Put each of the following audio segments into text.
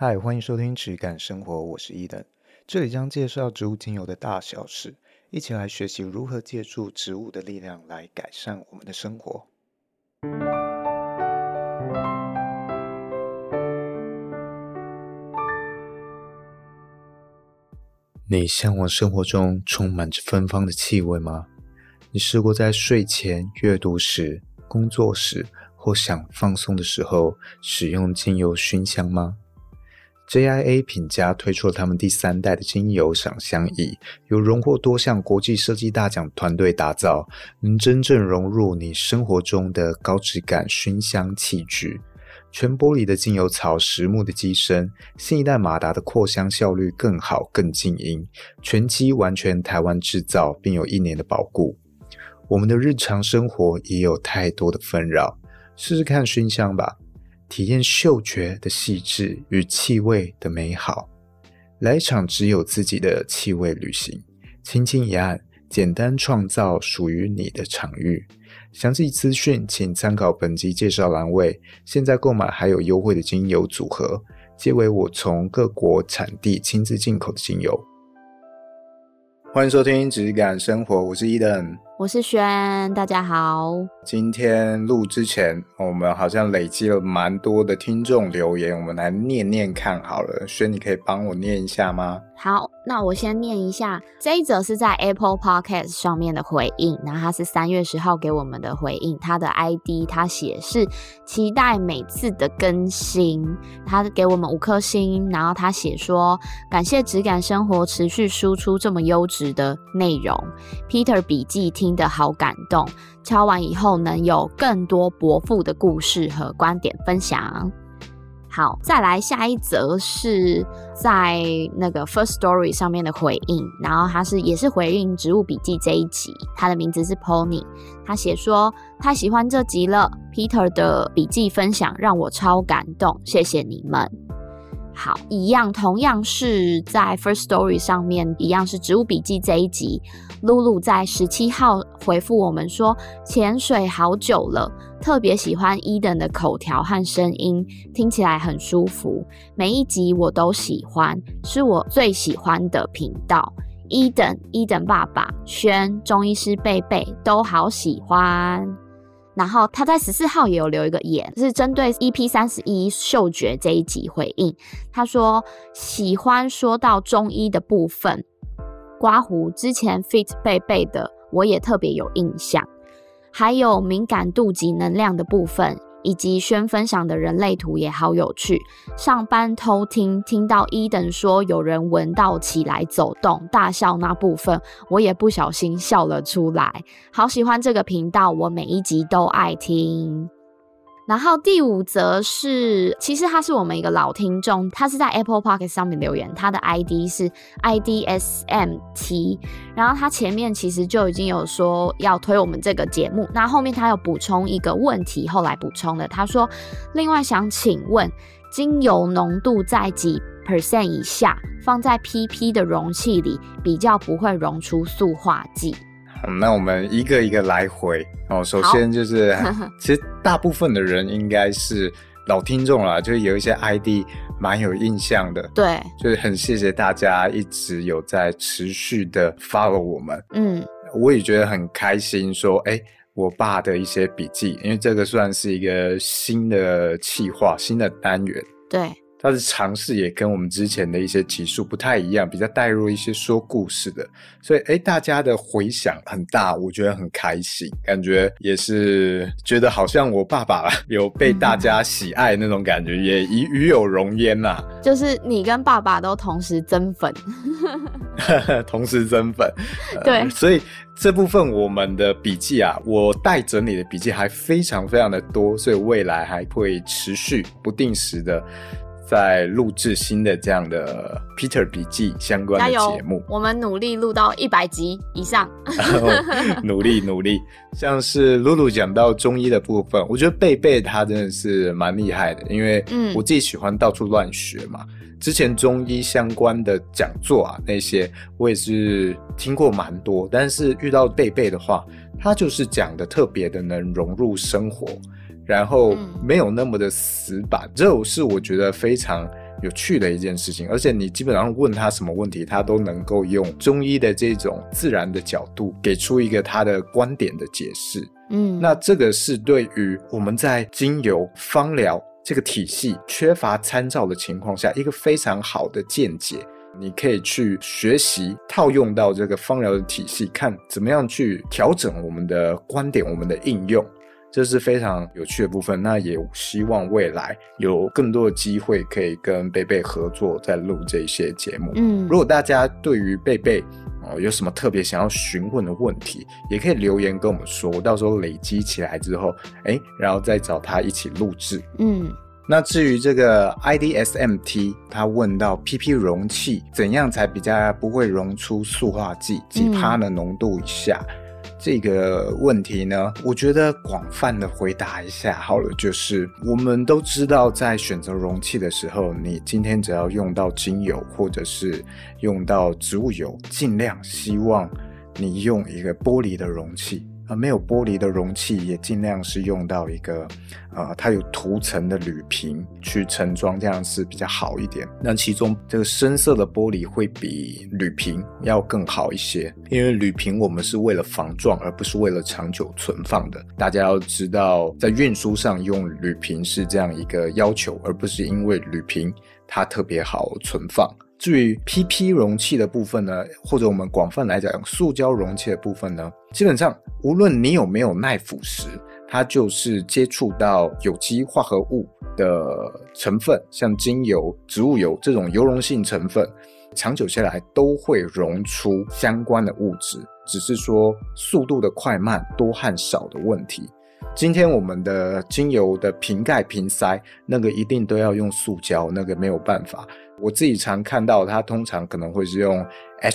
嗨，欢迎收听质感生活，我是伊登。这里将介绍植物精油的大小事，一起来学习如何借助植物的力量来改善我们的生活。你向往生活中充满着芬芳的气味吗？你试过在睡前、阅读时、工作时或想放松的时候使用精油熏香吗？JIA 品家推出了他们第3代的精油赏香仪，由荣获多项国际设计大奖团队打造，能真正融入你生活中的高质感熏香器具。全玻璃的精油槽，实木的机身，新一代马达的扩香效率更好更静音，全机完全台湾制造，并有1年的保固。我们的日常生活也有太多的纷扰，试试看熏香吧，体验嗅觉的细致与气味的美好，来一场只有自己的气味旅行，轻轻一按，简单创造属于你的场域。详细资讯请参考本集介绍栏位，现在购买还有优惠的精油组合，皆为我从各国产地亲自进口的精油。欢迎收听质感生活，我是伊登， 我是轩，大家好。 今天录之前，我们好像累积了蛮多的听众留言，我们来念念看好了。轩，你可以帮我念一下吗？ 好，那我先念一下，这一则是在 Apple Podcast 上面的回应，然后他是3月10号给我们的回应，他的 ID 他写是期待每次的更新，他给我们5颗星，然后他写说感谢质感生活持续输出这么优质的内容， Peter 笔记听得好感动，敲完以后能有更多伯父的故事和观点分享。好，再来下一则是在那个 First Story 上面的回应，然后他也是回应植物笔记这一集，他的名字是 Pony， 他写说太喜欢这集了， Peter 的笔记分享让我超感动，谢谢你们。好，同样是在 First Story 上面，一样是植物笔记这一集，露露在17号回复我们说潜水好久了，特别喜欢伊登的口条和声音，听起来很舒服，每一集我都喜欢，是我最喜欢的频道。伊登爸爸、轩、中医师贝贝都好喜欢。然后他在14号也有留一个言，是针对 EP31 嗅觉这一集回应，他说喜欢说到中医的部分，刮胡之前 fit 贝贝的我也特别有印象，还有敏感度及能量的部分，以及轩分享的人类图也好有趣，上班偷听到伊登说有人闻到起来走动大笑那部分，我也不小心笑了出来，好喜欢这个频道，我每一集都爱听。然后第5则是，其实他是我们一个老听众，他是在 Apple Podcast 上面留言，他的 ID 是 IDSMT， 然后他前面其实就已经有说要推我们这个节目，那后面他有补充一个问题，后来补充的，他说另外想请问精油浓度在几%以下，放在 PP 的容器里比较不会溶出塑化剂。 那我们一个一个来回首先就是其实大部分的人应该是老听众啦，就是有一些 ID 蛮有印象的， 对， 就是很谢谢大家一直有在持续的 follow 我们。我也觉得很开心说我爸的一些笔记，因为这个算是一个新的企划，新的单元， 对， 它的尝试也跟我们之前的一些集数不太一样，比较带入一些说故事的，所以大家的回响很大，我觉得很开心，感觉也是觉得好像我爸爸有被大家喜爱那种感觉，也与有荣焉啦， 就是你跟爸爸都同时增粉同时增粉， 对， 所以这部分我们的笔记我待整理的笔记还非常非常的多，所以未来还会持续不定时的在录制新的这样的 Peter 笔记相关的节目， 我们努力录到100集以上努力像是露露讲到中医的部分，我觉得贝贝他真的是蛮厉害的，因为我自己喜欢到处乱学嘛，之前中医相关的讲座那些我也是听过蛮多，但是遇到贝贝的话，他就是讲的特别的能融入生活，然后没有那么的死板，这是我觉得非常有趣的一件事情，而且你基本上问他什么问题，他都能够用中医的这种自然的角度给出一个他的观点的解释。那这个是对于我们在精油芳疗这个体系缺乏参照的情况下一个非常好的见解，你可以去学习套用到这个芳疗的体系，看怎么样去调整我们的观点，我们的应用，这是非常有趣的部分。那也希望未来有更多的机会可以跟贝贝合作再录这些节目。如果大家对于贝贝有什么特别想要询问的问题，也可以留言跟我们说，我到时候累积起来之后然后再找他一起录制。那至于这个 IDSMT 他问到 PP 容器怎样才比较不会溶出塑化剂，几%的浓度以下，这个问题呢，我觉得广泛的回答一下好了，就是我们都知道在选择容器的时候，你今天只要用到精油或者是用到植物油，尽量希望你用一个玻璃的容器，没有玻璃的容器也尽量是用到一个它有涂层的铝瓶去盛装，这样是比较好一点。那其中这个深色的玻璃会比铝瓶要更好一些，因为铝瓶我们是为了防撞而不是为了长久存放的。大家要知道在运输上用铝瓶是这样一个要求，而不是因为铝瓶它特别好存放。至于 PP 容器的部分呢，或者我们广泛来讲塑胶容器的部分呢，基本上无论你有没有耐腐蚀，它就是接触到有机化合物的成分，像精油、植物油这种油溶性成分，长久下来都会溶出相关的物质，只是说速度的快慢、多和少的问题。今天我们的精油的瓶盖瓶塞那个一定都要用塑胶，那个没有办法。我自己常看到它通常可能会是用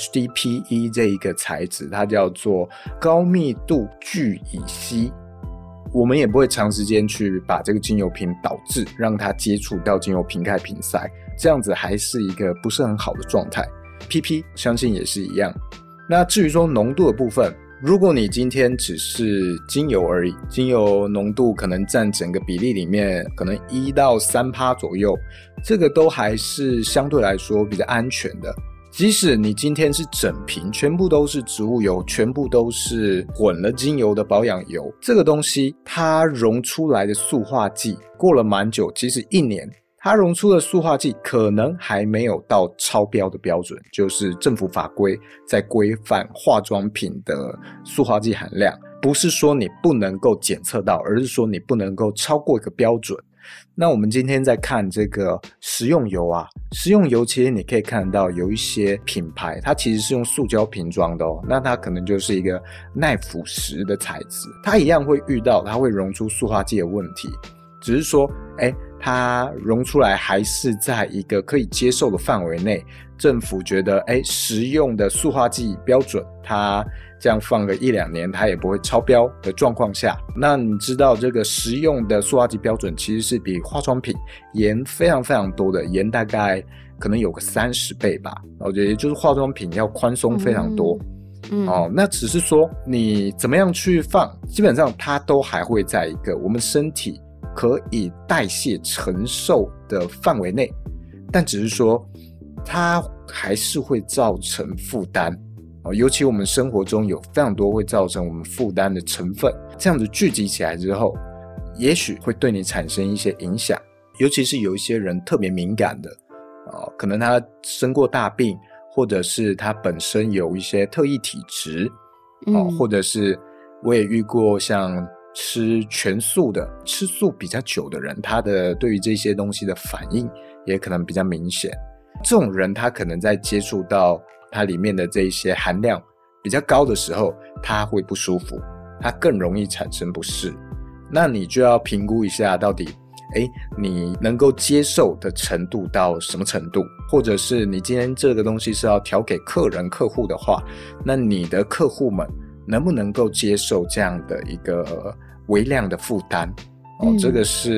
HDPE 这一个材质，它叫做高密度聚乙烯。我们也不会长时间去把这个精油瓶导致让它接触到精油瓶盖瓶塞，这样子还是一个不是很好的状态。 PP 相信也是一样。那至于说浓度的部分，如果你今天只是精油而已，精油浓度可能占整个比例里面可能1到3% 左右，这个都还是相对来说比较安全的。即使你今天是整瓶全部都是植物油，全部都是混了精油的保养油，这个东西它溶出来的塑化剂过了蛮久，即使1年，它溶出的塑化剂可能还没有到超标的标准，就是政府法规在规范化妆品的塑化剂含量，不是说你不能够检测到，而是说你不能够超过一个标准。那我们今天在看这个食用油啊，食用油其实你可以看到有一些品牌它其实是用塑胶瓶装的那它可能就是一个耐腐蚀的材质，它一样会遇到它会溶出塑化剂的问题，只是说它溶出来还是在一个可以接受的范围内，政府觉得食用的塑化剂标准，它这样放个1-2年它也不会超标的状况下，那你知道这个食用的塑化剂标准其实是比化妆品严非常非常多的，严大概可能有个30倍吧，我觉得也就是化妆品要宽松非常多。那只是说你怎么样去放，基本上它都还会在一个我们身体可以代谢承受的范围内，但只是说它还是会造成负担，尤其我们生活中有非常多会造成我们负担的成分，这样子聚集起来之后，也许会对你产生一些影响，尤其是有一些人特别敏感的，可能他生过大病，或者是他本身有一些特异体质，或者是我也遇过像吃全素的，吃素比较久的人，他的对于这些东西的反应也可能比较明显。这种人他可能在接触到它里面的这一些含量比较高的时候，他会不舒服，他更容易产生不适。那你就要评估一下到底你能够接受的程度到什么程度，或者是你今天这个东西是要调给客户的话，那你的客户们能不能够接受这样的一个微量的负担，这个是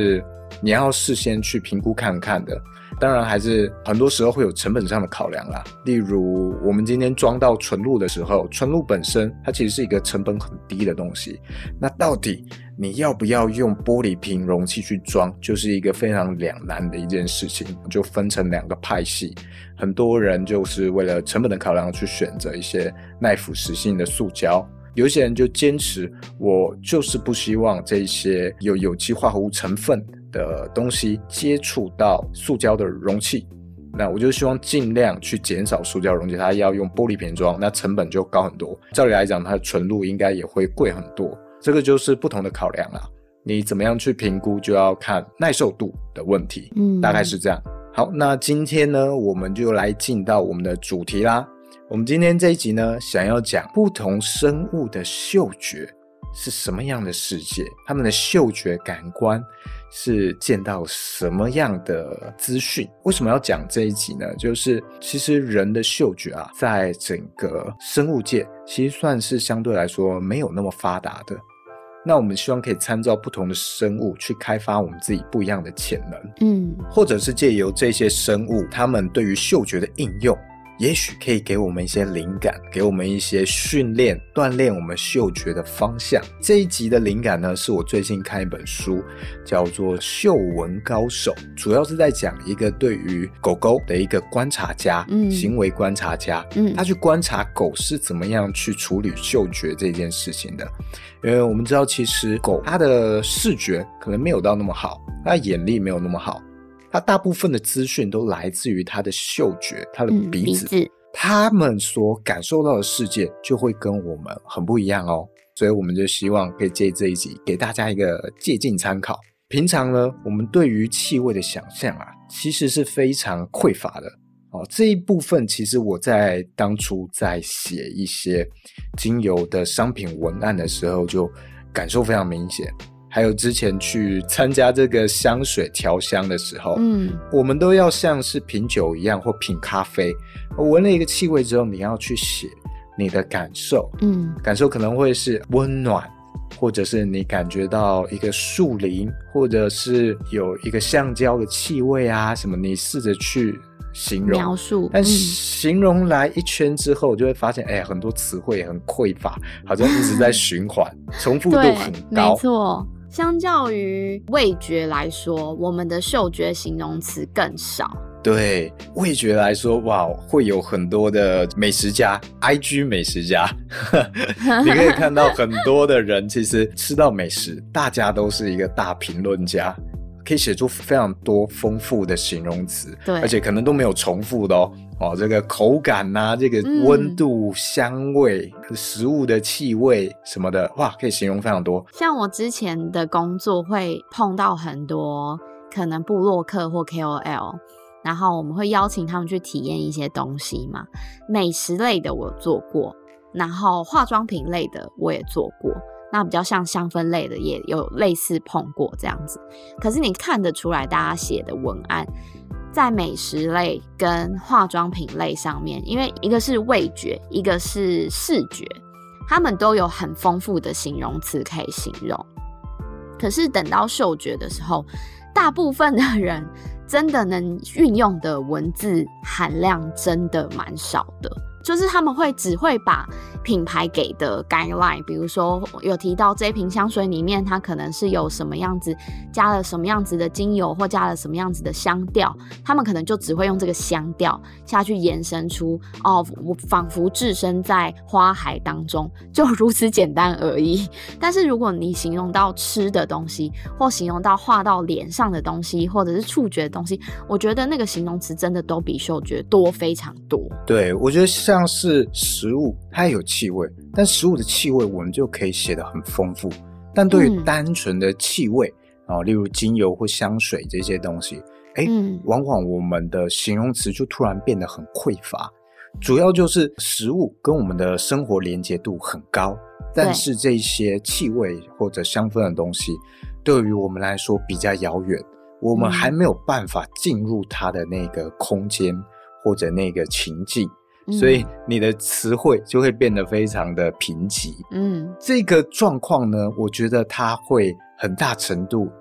你要事先去评估看看的。当然还是很多时候会有成本上的考量啦，例如我们今天装到纯露的时候，纯露本身它其实是一个成本很低的东西，那到底你要不要用玻璃瓶容器去装，就是一个非常两难的一件事情，就分成两个派系。很多人就是为了成本的考量去选择一些耐腐蚀性的塑胶，有些人就坚持我就是不希望这些有有机化合物成分的东西接触到塑胶的容器，那我就希望尽量去减少塑胶容器，它要用玻璃瓶装，那成本就高很多，照理来讲它的纯露应该也会贵很多，这个就是不同的考量啦。你怎么样去评估就要看耐受度的问题，大概是这样。好，那今天呢我们就来进到我们的主题啦。我们今天这一集呢想要讲不同生物的嗅觉是什么样的世界，他们的嗅觉感官是见到什么样的资讯。为什么要讲这一集呢？就是其实人的嗅觉啊，在整个生物界其实算是相对来说没有那么发达的，那我们希望可以参照不同的生物去开发我们自己不一样的潜能，或者是借由这些生物他们对于嗅觉的应用，也许可以给我们一些灵感，给我们一些训练锻炼我们嗅觉的方向。这一集的灵感呢，是我最近看一本书叫做《嗅闻高手》，主要是在讲一个对于狗狗的一个观察家，行为观察家，他去观察狗是怎么样去处理嗅觉这件事情的。因为我们知道其实狗它的视觉可能没有到那么好，它的眼力没有那么好，它大部分的资讯都来自于它的嗅觉，它的鼻子，他们所感受到的世界就会跟我们很不一样哦。所以我们就希望可以借这一集给大家一个借鉴参考。平常呢，我们对于气味的想象啊，其实是非常匮乏的这一部分其实我在当初在写一些精油的商品文案的时候就感受非常明显。还有之前去参加这个香水调香的时候，我们都要像是品酒一样或品咖啡，我闻了一个气味之后，你要去写你的感受，感受可能会是温暖，或者是你感觉到一个树林，或者是有一个橡胶的气味啊什么，你试着去形容描述， 但形容来一圈之后就会发现很多词汇很匮乏，好像一直在循环重复度很高。 没错，相较于味觉来说，我们的嗅觉形容词更少。 对，味觉来说，哇，会有很多的美食家 IG 美食家你可以看到很多的人其实吃到美食，大家都是一个大评论家，可以写出非常多丰富的形容词， 对， 而且可能都没有重复的这个口感啊，这个温度、香味、食物的气味什么的，哇，可以形容非常多。 像我之前的工作会碰到很多可能部落客或 KOL， 然后我们会邀请他们去体验一些东西嘛，美食类的我有做过，然后化妆品类的我也做过，那比较像香氛类的也有类似碰过这样子。可是你看得出来大家写的文案在美食类跟化妆品类上面，因为一个是味觉，一个是视觉，他们都有很丰富的形容词可以形容。可是等到嗅觉的时候，大部分的人真的能运用的文字含量真的蛮少的，就是他们只会把品牌给的 guideline， 比如说有提到这瓶香水里面它可能是有什么样子，加了什么样子的精油或加了什么样子的香调，他们可能就只会用这个香调下去延伸出我仿佛置身在花海当中，就如此简单而已。但是如果你形容到吃的东西，或形容到画到脸上的东西，或者是触觉的东西，我觉得那个形容词真的都比嗅觉多非常多。 对，我觉得像是食物它也有气味，但食物的气味我们就可以写得很丰富，但对于单纯的气味例如精油或香水这些东西往往我们的形容词就突然变得很匮乏，主要就是食物跟我们的生活连结度很高，但是这些气味或者香氛的东西对于我们来说比较遥远，我们还没有办法进入它的那个空间或者那个情境，所以你的词汇就会变得非常的贫瘠。这个状况呢，我觉得它会很大程度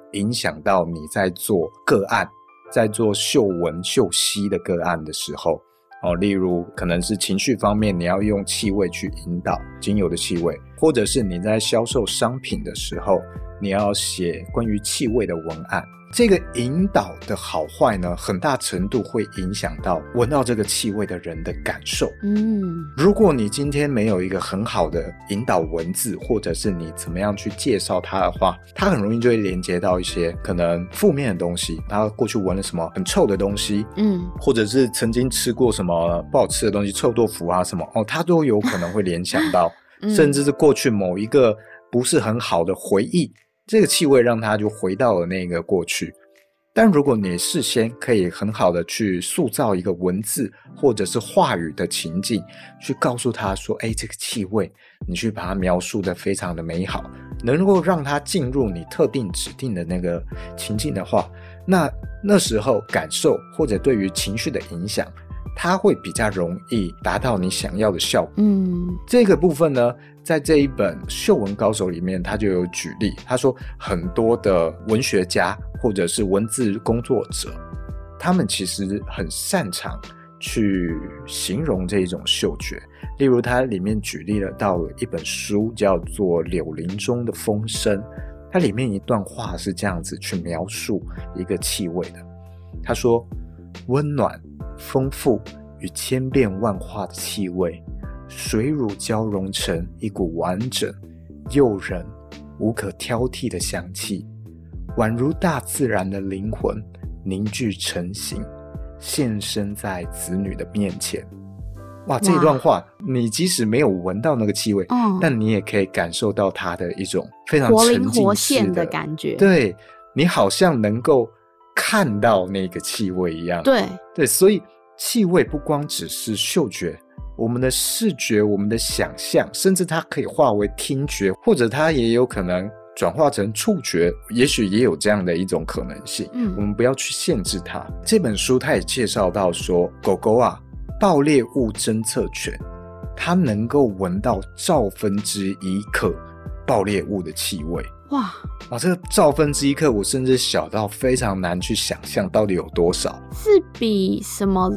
影响到你在做个案，在做嗅闻嗅吸的个案的时候例如可能是情绪方面，你要用气味去引导，精油的气味，或者是你在销售商品的时候，你要写关于气味的文案。这个引导的好坏呢，很大程度会影响到闻到这个气味的人的感受。如果你今天没有一个很好的引导文字，或者是你怎么样去介绍它的话，它很容易就会连接到一些可能负面的东西，他过去闻了什么很臭的东西，或者是曾经吃过什么不好吃的东西，臭豆腐啊什么他都有可能会联想到甚至是过去某一个不是很好的回忆，这个气味让他就回到了那个过去。但如果你事先可以很好的去塑造一个文字或者是话语的情境，去告诉他说这个气味你去把它描述的非常的美好，能够让他进入你特定指定的那个情境的话，那时候感受或者对于情绪的影响，它会比较容易达到你想要的效果。这个部分呢，在这一本嗅闻高手里面他就有举例，他说很多的文学家或者是文字工作者，他们其实很擅长去形容这一种嗅觉。例如他里面举例了到一本书叫做《柳林中的风声》，它里面一段话是这样子去描述一个气味的。他说，温暖丰富与千变万化的气味，水乳交融成一股完整诱人无可挑剔的香气，宛如大自然的灵魂凝聚成形，现身在子女的面前。哇，这段话你即使没有闻到那个气味，但你也可以感受到它的一种非常沉浸式活灵活现的感觉。 对，你好像能够看到那个气味一样。对，所以气味不光只是嗅觉，我们的视觉，我们的想象，甚至它可以化为听觉，或者它也有可能转化成触觉，也许也有这样的一种可能性。我们不要去限制它。这本书它也介绍到说，狗狗爆裂物侦测犬，它能够闻到1/兆克爆裂物的气味。哇，这个1/兆克我甚至小到非常难去想象到底有多少， 是比什么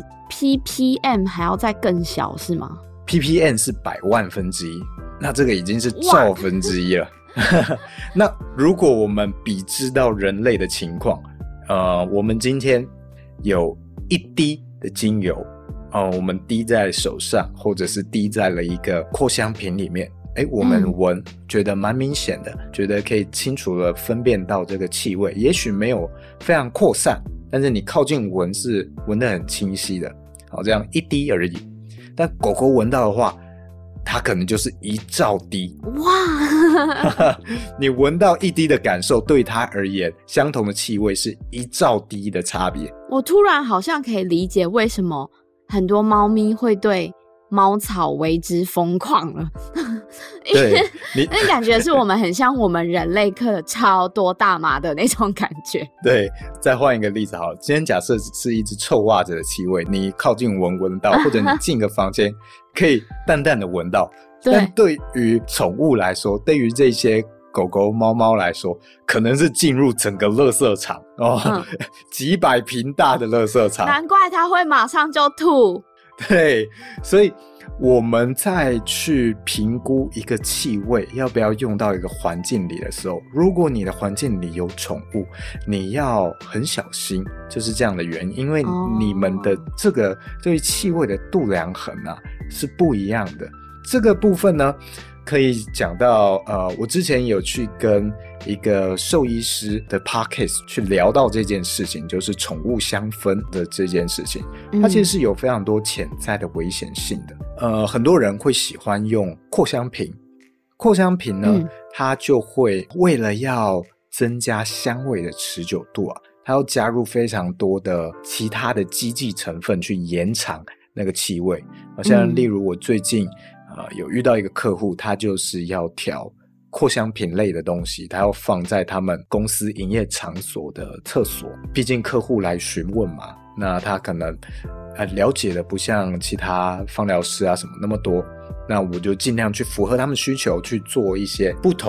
ppm 还要再更小是吗？ ppm 是100万分之一，那这个已经是兆分之一了。那如果我们比知到人类的情况，我们今天有1滴的精油，我们滴在手上，或者是滴在了一个扩香瓶里面，我们闻觉得蛮明显的，觉得可以清楚的分辨到这个气味，也许没有非常扩散，但是你靠近闻是闻得很清晰的。这样1滴而已。但狗狗闻到的话，它可能就是1兆滴。哇你闻到1滴的感受，对它而言相同的气味是1兆滴的差别。 我突然好像可以理解为什么很多猫咪会对猫草为之疯狂了。 对， 那感觉是我们很像我们人类嗑超多大麻的那种感觉。 对，再换一个例子好了，今天假设是一只臭袜子的气味，你靠近闻到，或者你进个房间可以淡淡的闻到。但对于宠物来说，对于这些狗狗猫猫来说，可能是进入整个垃圾场几百坪大的垃圾场， 难怪它会马上就吐。 对，所以我们在去评估一个气味要不要用到一个环境里的时候，如果你的环境里有宠物，你要很小心，就是这样的原因，因为你们的这个对于气味的度量衡是不一样的。这个部分呢，可以讲到我之前有去跟一个兽医师的 podcast 去聊到这件事情，就是宠物香氛的这件事情，它其实是有非常多潜在的危险性的。很多人会喜欢用扩香瓶，扩香瓶呢，它就会为了要增加香味的持久度它要加入非常多的其他的基剂成分去延长那个气味。像例如我最近有遇到一个客户，他就是要调扩香瓶类的东西，他要放在他们公司营业场所的厕所，毕竟客户来询问嘛，那他可能了解的不像其他芳疗师什么那么多，那我就尽量去符合他们需求，去做一些不同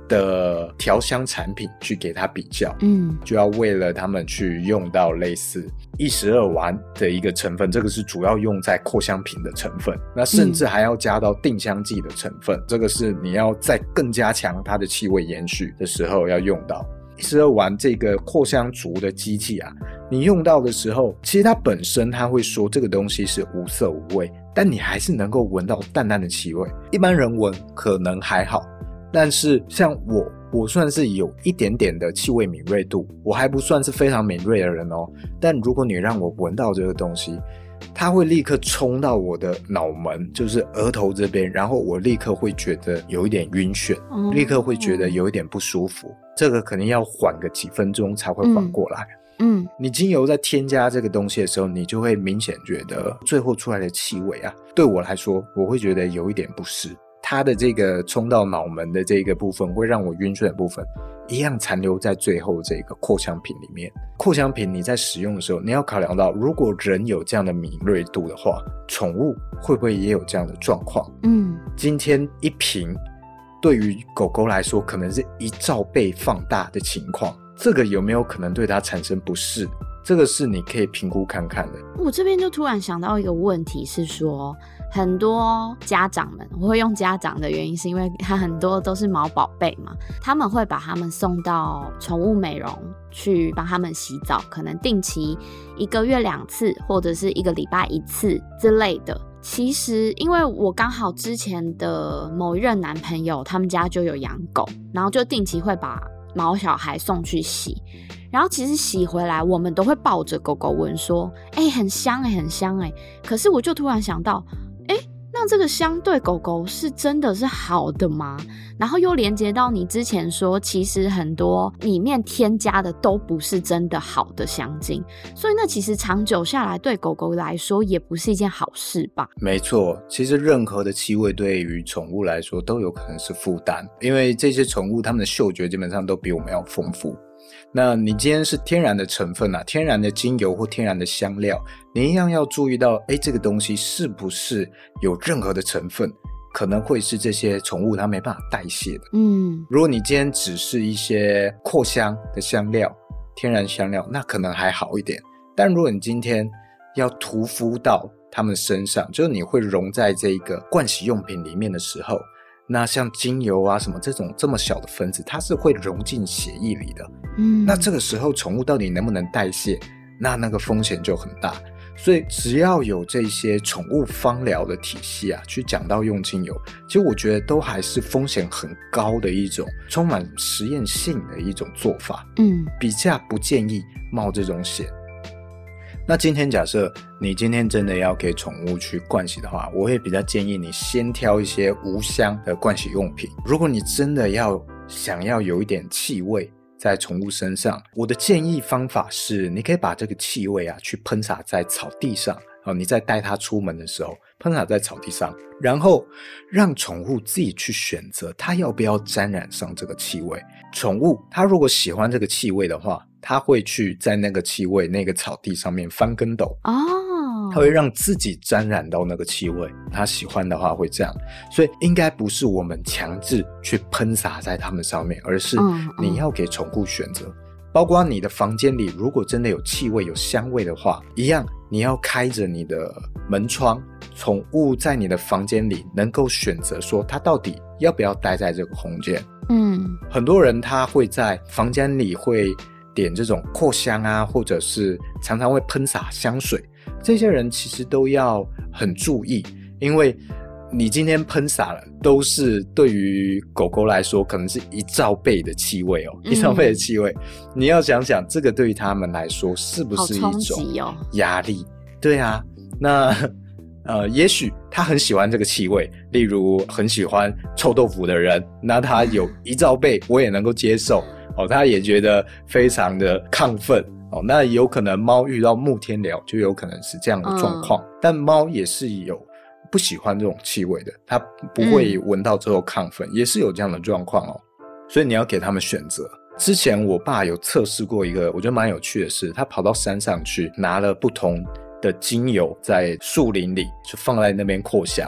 的调香产品去给它比较，就要为了他们去用到类似112烷的一个成分，这个是主要用在扩香品的成分，那甚至还要加到定香剂的成分，这个是你要再更加强它的气味延续的时候要用到。112烷这个扩香烛的机器啊，你用到的时候，其实它本身它会说这个东西是无色无味，但你还是能够闻到淡淡的气味。一般人闻可能还好，但是像我算是有一点点的气味敏锐度，我还不算是非常敏锐的人哦。但如果你让我闻到这个东西，它会立刻冲到我的脑门，就是额头这边，然后我立刻会觉得有一点晕眩，立刻会觉得有一点不舒服，这个可能要缓个几分钟才会缓过来。你精油在添加这个东西的时候，你就会明显觉得最后出来的气味啊，对我来说我会觉得有一点不适，它的这个冲到脑门的这个部分会让我晕眩的部分一样残留在最后这个扩香品里面。扩香品你在使用的时候，你要考量到如果人有这样的敏锐度的话，宠物会不会也有这样的状况。今天一瓶对于狗狗来说可能是1兆倍放大的情况，这个有没有可能对它产生不适，这个是你可以评估看看的。 我这边就突然想到一个问题是说，很多家长们，我会用家长的原因是因为他很多都是毛宝贝嘛，他们会把他们送到宠物美容去帮他们洗澡，可能定期1个月2次或者是1个礼拜1次之类的。其实因为我刚好之前的某一任男朋友他们家就有养狗，然后就定期会把毛小孩送去洗，然后其实洗回来我们都会抱着狗狗闻说很香很香可是我就突然想到那这个香对狗狗是真的是好的吗？然后又连接到你之前说其实很多里面添加的都不是真的好的香精，所以那其实长久下来对狗狗来说也不是一件好事吧。 没错，其实任何的气味对于宠物来说都有可能是负担，因为这些宠物它们的嗅觉基本上都比我们要丰富。那你今天是天然的成分啊，天然的精油或天然的香料，你一样要注意到这个东西是不是有任何的成分可能会是这些宠物它没办法代谢的。如果你今天只是一些扩香的香料，天然香料，那可能还好一点，但如果你今天要涂敷到它们身上，就是你会溶在这个盥洗用品里面的时候，那像精油啊什么这种这么小的分子，它是会溶进血液里的。那这个时候宠物到底能不能代谢，那个风险就很大。所以只要有这些宠物芳疗的体系啊，去讲到用精油，其实我觉得都还是风险很高的一种充满实验性的一种做法。比较不建议冒这种险。那今天假设你今天真的要给宠物去盥洗的话，我会比较建议你先挑一些无香的盥洗用品。如果你真的想要有一点气味在宠物身上，我的建议方法是你可以把这个气味啊去喷洒在草地上，你在带它出门的时候喷洒在草地上，然后让宠物自己去选择它要不要沾染上这个气味。宠物它如果喜欢这个气味的话，它会去在那个气味那个草地上面翻跟斗，它会让自己沾染到那个气味，它喜欢的话会这样。所以应该不是我们强制去喷洒在它们上面，而是你要给宠物选择。包括你的房间里如果真的有气味有香味的话，一样你要开着你的门窗，宠物在你的房间里能够选择说它到底要不要待在这个空间。很多人他会在房间里会点这种扩香啊，或者是常常会喷洒香水，这些人其实都要很注意，因为你今天喷洒了都是对于狗狗来说可能是1兆倍的气味1兆倍的气味，你要想想这个对于他们来说是不是一种压力。对啊，那也许他很喜欢这个气味，例如很喜欢臭豆腐的人，那他有1兆倍我也能够接受他也觉得非常的亢奋那有可能猫遇到木天蓼就有可能是这样的状况，但猫也是有不喜欢这种气味的，它不会闻到之后亢奋，也是有这样的状况所以你要给他们选择。之前我爸有测试过一个我觉得蛮有趣的事，他跑到山上去拿了不同的精油在树林里就放在那边扩香，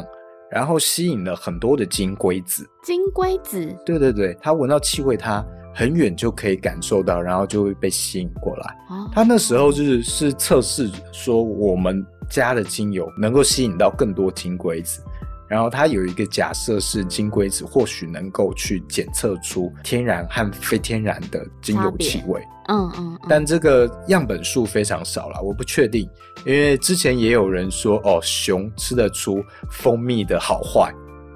然后吸引了很多的金龟子。 金龟子？ 对对对，它闻到气味，它很远就可以感受到，然后就会被吸引过来。它那时候是测试说我们加的精油能够吸引到更多金龟子，然后它有一个假设是金龟子或许能够去检测出天然和非天然的精油气味。但这个样本数非常少啦，我不确定，因为之前也有人说熊吃得出蜂蜜的好坏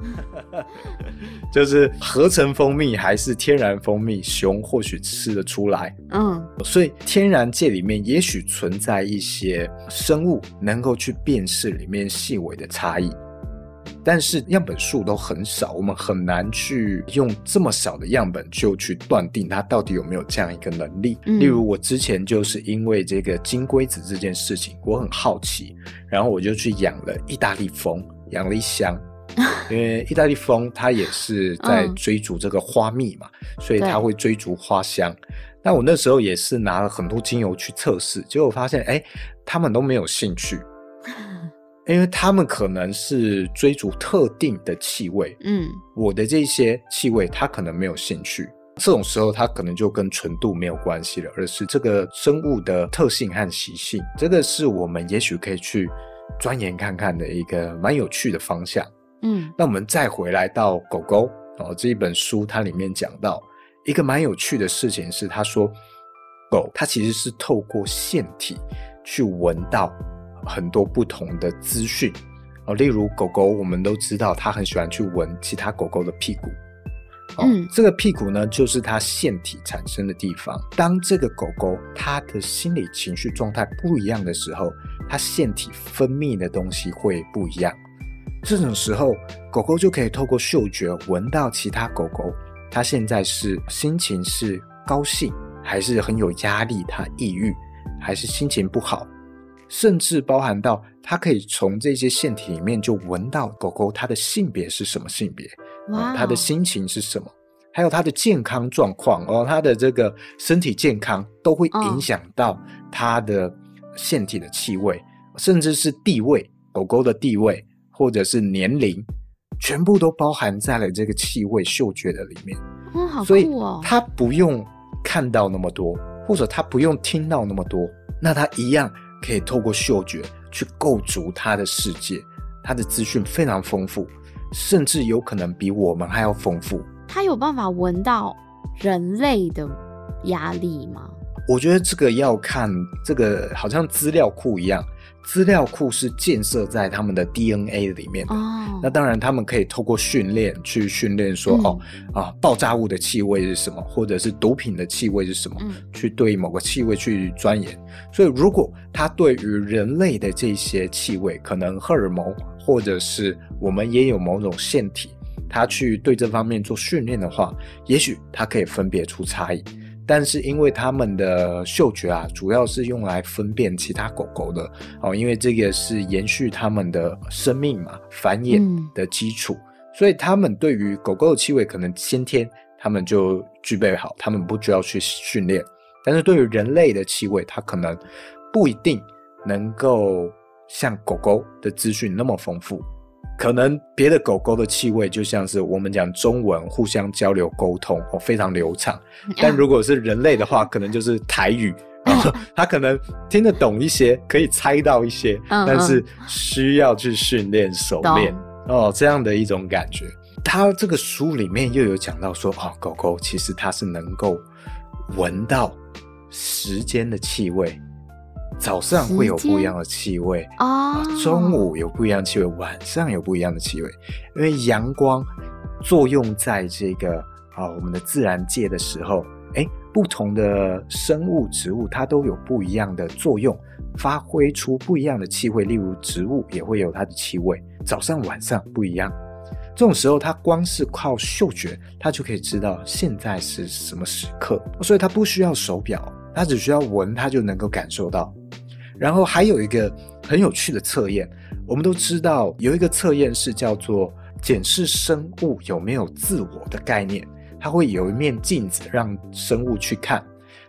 就是合成蜂蜜还是天然蜂蜜，熊或许吃得出来。所以天然界里面也许存在一些生物能够去辨识里面细微的差异，但是样本数都很少，我们很难去用这么少的样本就去断定它到底有没有这样一个能力。例如我之前就是因为这个金龟子这件事情我很好奇，然后我就去养了意大利蜂，养了一箱因为意大利蜂它也是在追逐这个花蜜嘛，所以它会追逐花香。那我那时候也是拿了很多精油去测试，结果发现他们都没有兴趣因为他们可能是追逐特定的气味，我的这些气味他可能没有兴趣，这种时候它可能就跟纯度没有关系了，而是这个生物的特性和习性，这个是我们也许可以去钻研看看的一个蛮有趣的方向。那我们再回来到狗狗这一本书，它里面讲到一个蛮有趣的事情是，他说狗它其实是透过腺体去闻到很多不同的资讯例如狗狗我们都知道它很喜欢去闻其他狗狗的屁股这个屁股呢就是它腺体产生的地方。当这个狗狗它的心理情绪状态不一样的时候，它腺体分泌的东西会不一样，这种时候狗狗就可以透过嗅觉闻到其他狗狗它现在是心情是高兴还是很有压力，它抑郁还是心情不好，甚至包含到它可以从这些腺体里面就闻到狗狗它的性别是什么性别它的心情是什么，还有它的健康状况它的这个身体健康都会影响到它的腺体的气味甚至是地位，狗狗的地位或者是年龄全部都包含在了这个气味嗅觉的里面好酷哦。 所以它不用看到那么多，或者它不用听到那么多，那它一样可以透过嗅觉去构筑它的世界，它的资讯非常丰富，甚至有可能比我们还要丰富。 它有办法闻到人类的压力吗？ 我觉得这个要看，这个好像资料库一样，资料库是建设在他们的 DNA 里面的那当然他们可以透过训练去训练说爆炸物的气味是什么，或者是毒品的气味是什么去对某个气味去钻研。所以如果他对于人类的这些气味，可能荷尔蒙或者是我们也有某种腺体，他去对这方面做训练的话，也许他可以分别出差异。但是因为他们的嗅觉主要是用来分辨其他狗狗的因为这个是延续他们的生命嘛，繁衍的基础所以他们对于狗狗的气味可能先天他们就具备好，他们不需要去训练。但是对于人类的气味，它可能不一定能够像狗狗的资讯那么丰富，可能别的狗狗的气味就像是我们讲中文互相交流沟通非常流畅，但如果是人类的话可能就是台语他可能听得懂一些，可以猜到一些但是需要去训练熟练这样的一种感觉。他这个书里面又有讲到说狗狗其实它是能够闻到时间的气味，早上会有不一样的气味中午有不一样的气味，晚上有不一样的气味。因为阳光作用在这个我们的自然界的时候不同的生物植物它都有不一样的作用，发挥出不一样的气味。例如植物也会有它的气味，早上晚上不一样。这种时候它光是靠嗅觉它就可以知道现在是什么时刻，所以它不需要手表，它只需要闻它就能够感受到。然后还有一个很有趣的测验，我们都知道有一个测验是叫做检视生物有没有自我的概念，它会有一面镜子让生物去看，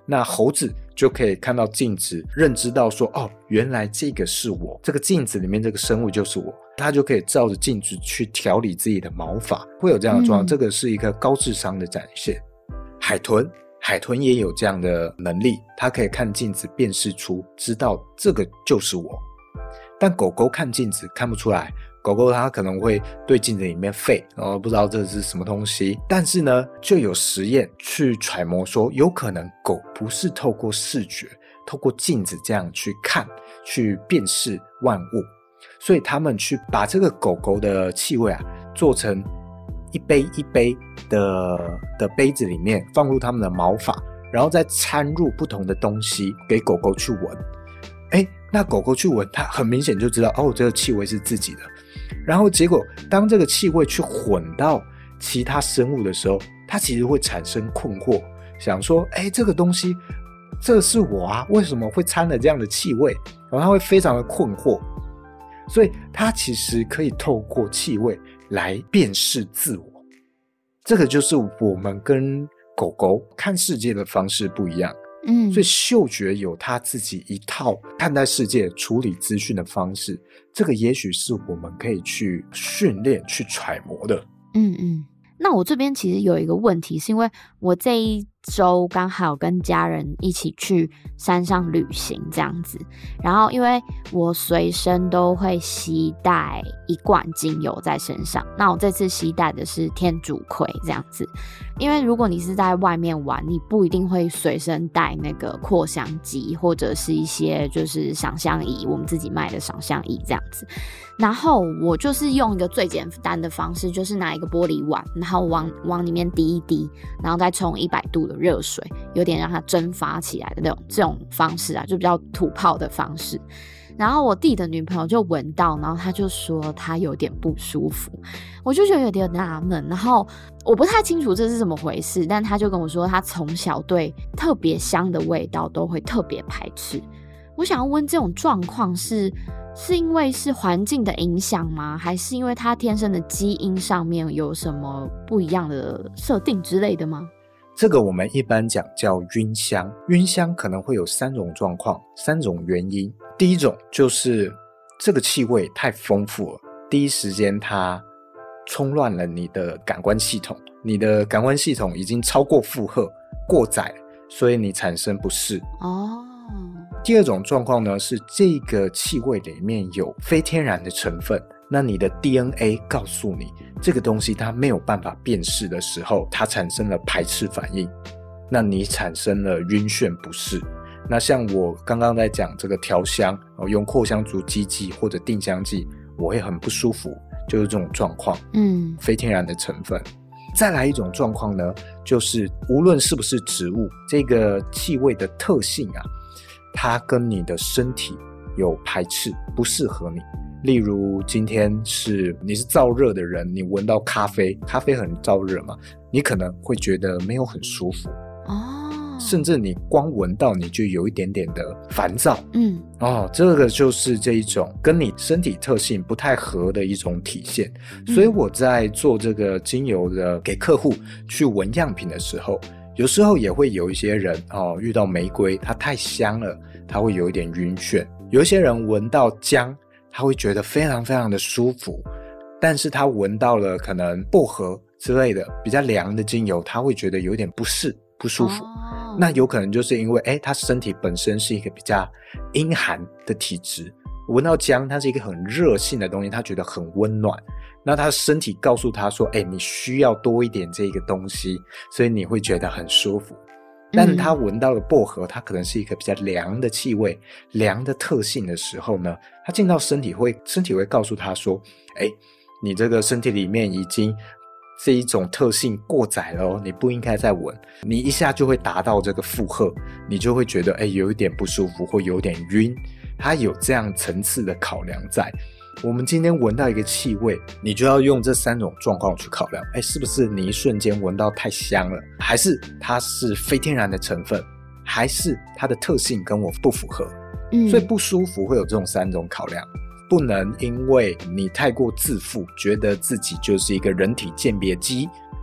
那猴子就可以看到镜子，认知到说原来这个是我，这个镜子里面这个生物就是我，它就可以照着镜子去调理自己的毛发，会有这样的状况，这个是一个高智商的展现。海豚也有这样的能力，它可以看镜子辨识出，知道这个就是我。但狗狗看镜子看不出来，狗狗它可能会对镜子里面吠，不知道这是什么东西。但是呢，就有实验去揣摩说，有可能狗不是透过视觉，透过镜子这样去看，去辨识万物。所以他们去把这个狗狗的气味做成一杯一杯的杯子里面，放入他们的毛发，然后再掺入不同的东西给狗狗去闻。那狗狗去闻，它很明显就知道这个气味是自己的。然后结果当这个气味去混到其他生物的时候，它其实会产生困惑，想说这个东西这是我啊，为什么会掺了这样的气味？然后它会非常的困惑。所以它其实可以透过气味来辨识自我，这个就是我们跟狗狗看世界的方式不一样。所以嗅觉有它自己一套看待世界处理资讯的方式，这个也许是我们可以去训练去揣摩的。 那我这边其实有一个问题，是因为我这一周刚好跟家人一起去山上旅行这样子，然后因为我随身都会携带一罐精油在身上，那我这次携带的是天竺葵这样子。因为如果你是在外面玩，你不一定会随身带那个扩香机或者是一些就是赏香仪，我们自己卖的赏香仪这样子。然后我就是用一个最简单的方式，就是拿一个玻璃碗，然后往里面滴一滴，然后再冲100度的热水，有点让它蒸发起来的这种方式就比较土炮的方式。然后我弟的女朋友就闻到，然后他就说他有点不舒服，我就觉得有点纳闷，然后我不太清楚这是怎么回事，但他就跟我说他从小对特别香的味道都会特别排斥。我想要问，这种状况是因为是环境的影响吗？还是因为他天生的基因上面有什么不一样的设定之类的吗？ 这个我们一般讲叫晕香，晕香可能会有3种状况，3种原因。第一种就是这个气味太丰富了，第一时间它冲乱了你的感官系统，你的感官系统已经超过负荷过载，所以你产生不适。第二种状况呢，是这个气味里面有非天然的成分，那你的 DNA 告诉你这个东西它没有办法辨识的时候，它产生了排斥反应，那你产生了晕眩不适。那像我刚刚在讲这个调香，用扩香族基剂或者定香剂，我会很不舒服，就是这种状况。非天然的成分。再来一种状况呢，就是无论是不是植物，这个气味的特性它跟你的身体有排斥，不适合你。例如今天你是燥热的人，你闻到咖啡很燥热嘛，你可能会觉得没有很舒服。甚至你光闻到你就有一点点的烦躁。这个就是这一种跟你身体特性不太合的一种体现。所以我在做这个精油的给客户去闻样品的时候，有时候也会有一些人遇到玫瑰它太香了，他会有一点晕眩。有一些人闻到姜，他会觉得非常非常的舒服，但是他闻到了可能薄荷之类的比较凉的精油，他会觉得有点不舒服。那有可能就是因为他身体本身是一个比较阴寒的体质，闻到姜它是一个很热性的东西，他觉得很温暖，那他身体告诉他说你需要多一点这个东西，所以你会觉得很舒服。但他闻到了薄荷，它可能是一个比较凉的气味，凉的特性的时候呢，他进到身体会告诉他说你这个身体里面已经这一种特性过载了你不应该再闻，你一下就会达到这个负荷，你就会觉得有一点不舒服或有点晕，它有这样层次的考量在。我们今天闻到一个气味，你就要用这3种状况去考量，是不是你一瞬间闻到太香了，还是它是非天然的成分，还是它的特性跟我不符合。所以不舒服会有这种3种考量，不能因为你太过自负，觉得自己就是一个人体鉴别机，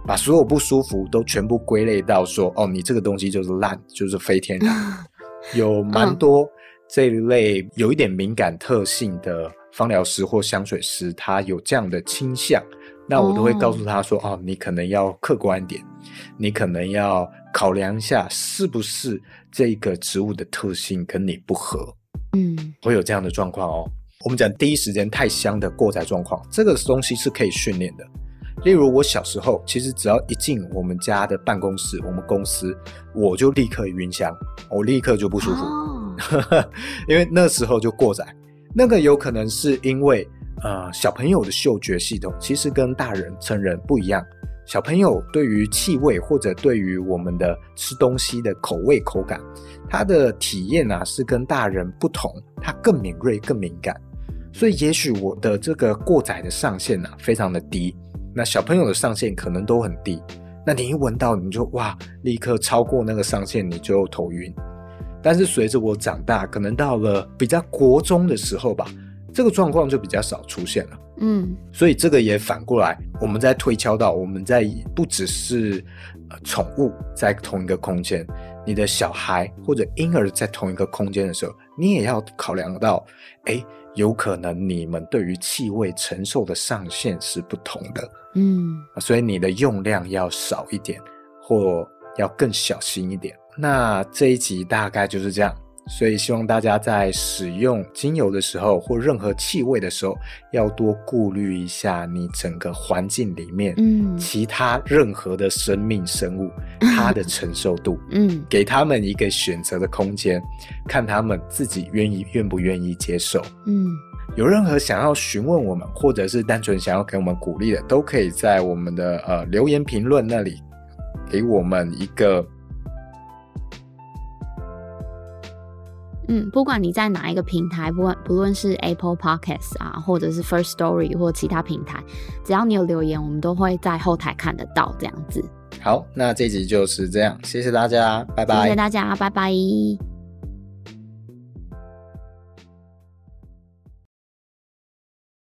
把所有不舒服都全部归类到说你这个东西就是烂，就是非天然有蛮多这一类有一点敏感特性的芳疗师或香水师，他有这样的倾向，那我都会告诉他说你可能要客观一点，你可能要考量一下是不是这个植物的特性跟你不合，会有这样的状况我们讲第一时间太香的过载状况，这个东西是可以训练的。例如我小时候其实只要一进我们家的办公室，我们公司，我就立刻晕香，我立刻就不舒服因为那时候就过载。那个有可能是因为小朋友的嗅觉系统其实跟大人成人不一样，小朋友对于气味或者对于我们的吃东西的口味口感，他的体验是跟大人不同，他更敏锐更敏感，所以也许我的这个过载的上限非常的低，那小朋友的上限可能都很低，那你一闻到你就立刻超过那个上限，你就头晕。但是随着我长大，可能到了比较国中的时候吧，这个状况就比较少出现了。所以这个也反过来，我们在推敲到我们在不只是宠物在同一个空间，你的小孩或者婴儿在同一个空间的时候，你也要考量到有可能你们对于气味承受的上限是不同的，所以你的用量要少一点，或要更小心一点。那这一集大概就是这样，所以希望大家在使用精油的时候或任何气味的时候，要多顾虑一下你整个环境里面其他任何的生命生物它的承受度给他们一个选择的空间，看他们自己愿不愿意接受。有任何想要询问我们或者是单纯想要给我们鼓励的，都可以在我们的留言评论那里给我们一个不管你在哪一个平台，不论是 Apple Podcast 或者是 First Story 或其他平台，只要你有留言，我们都会在后台看得到这样子。 好，那这集就是这样，谢谢大家，拜拜。 谢谢大家，拜拜。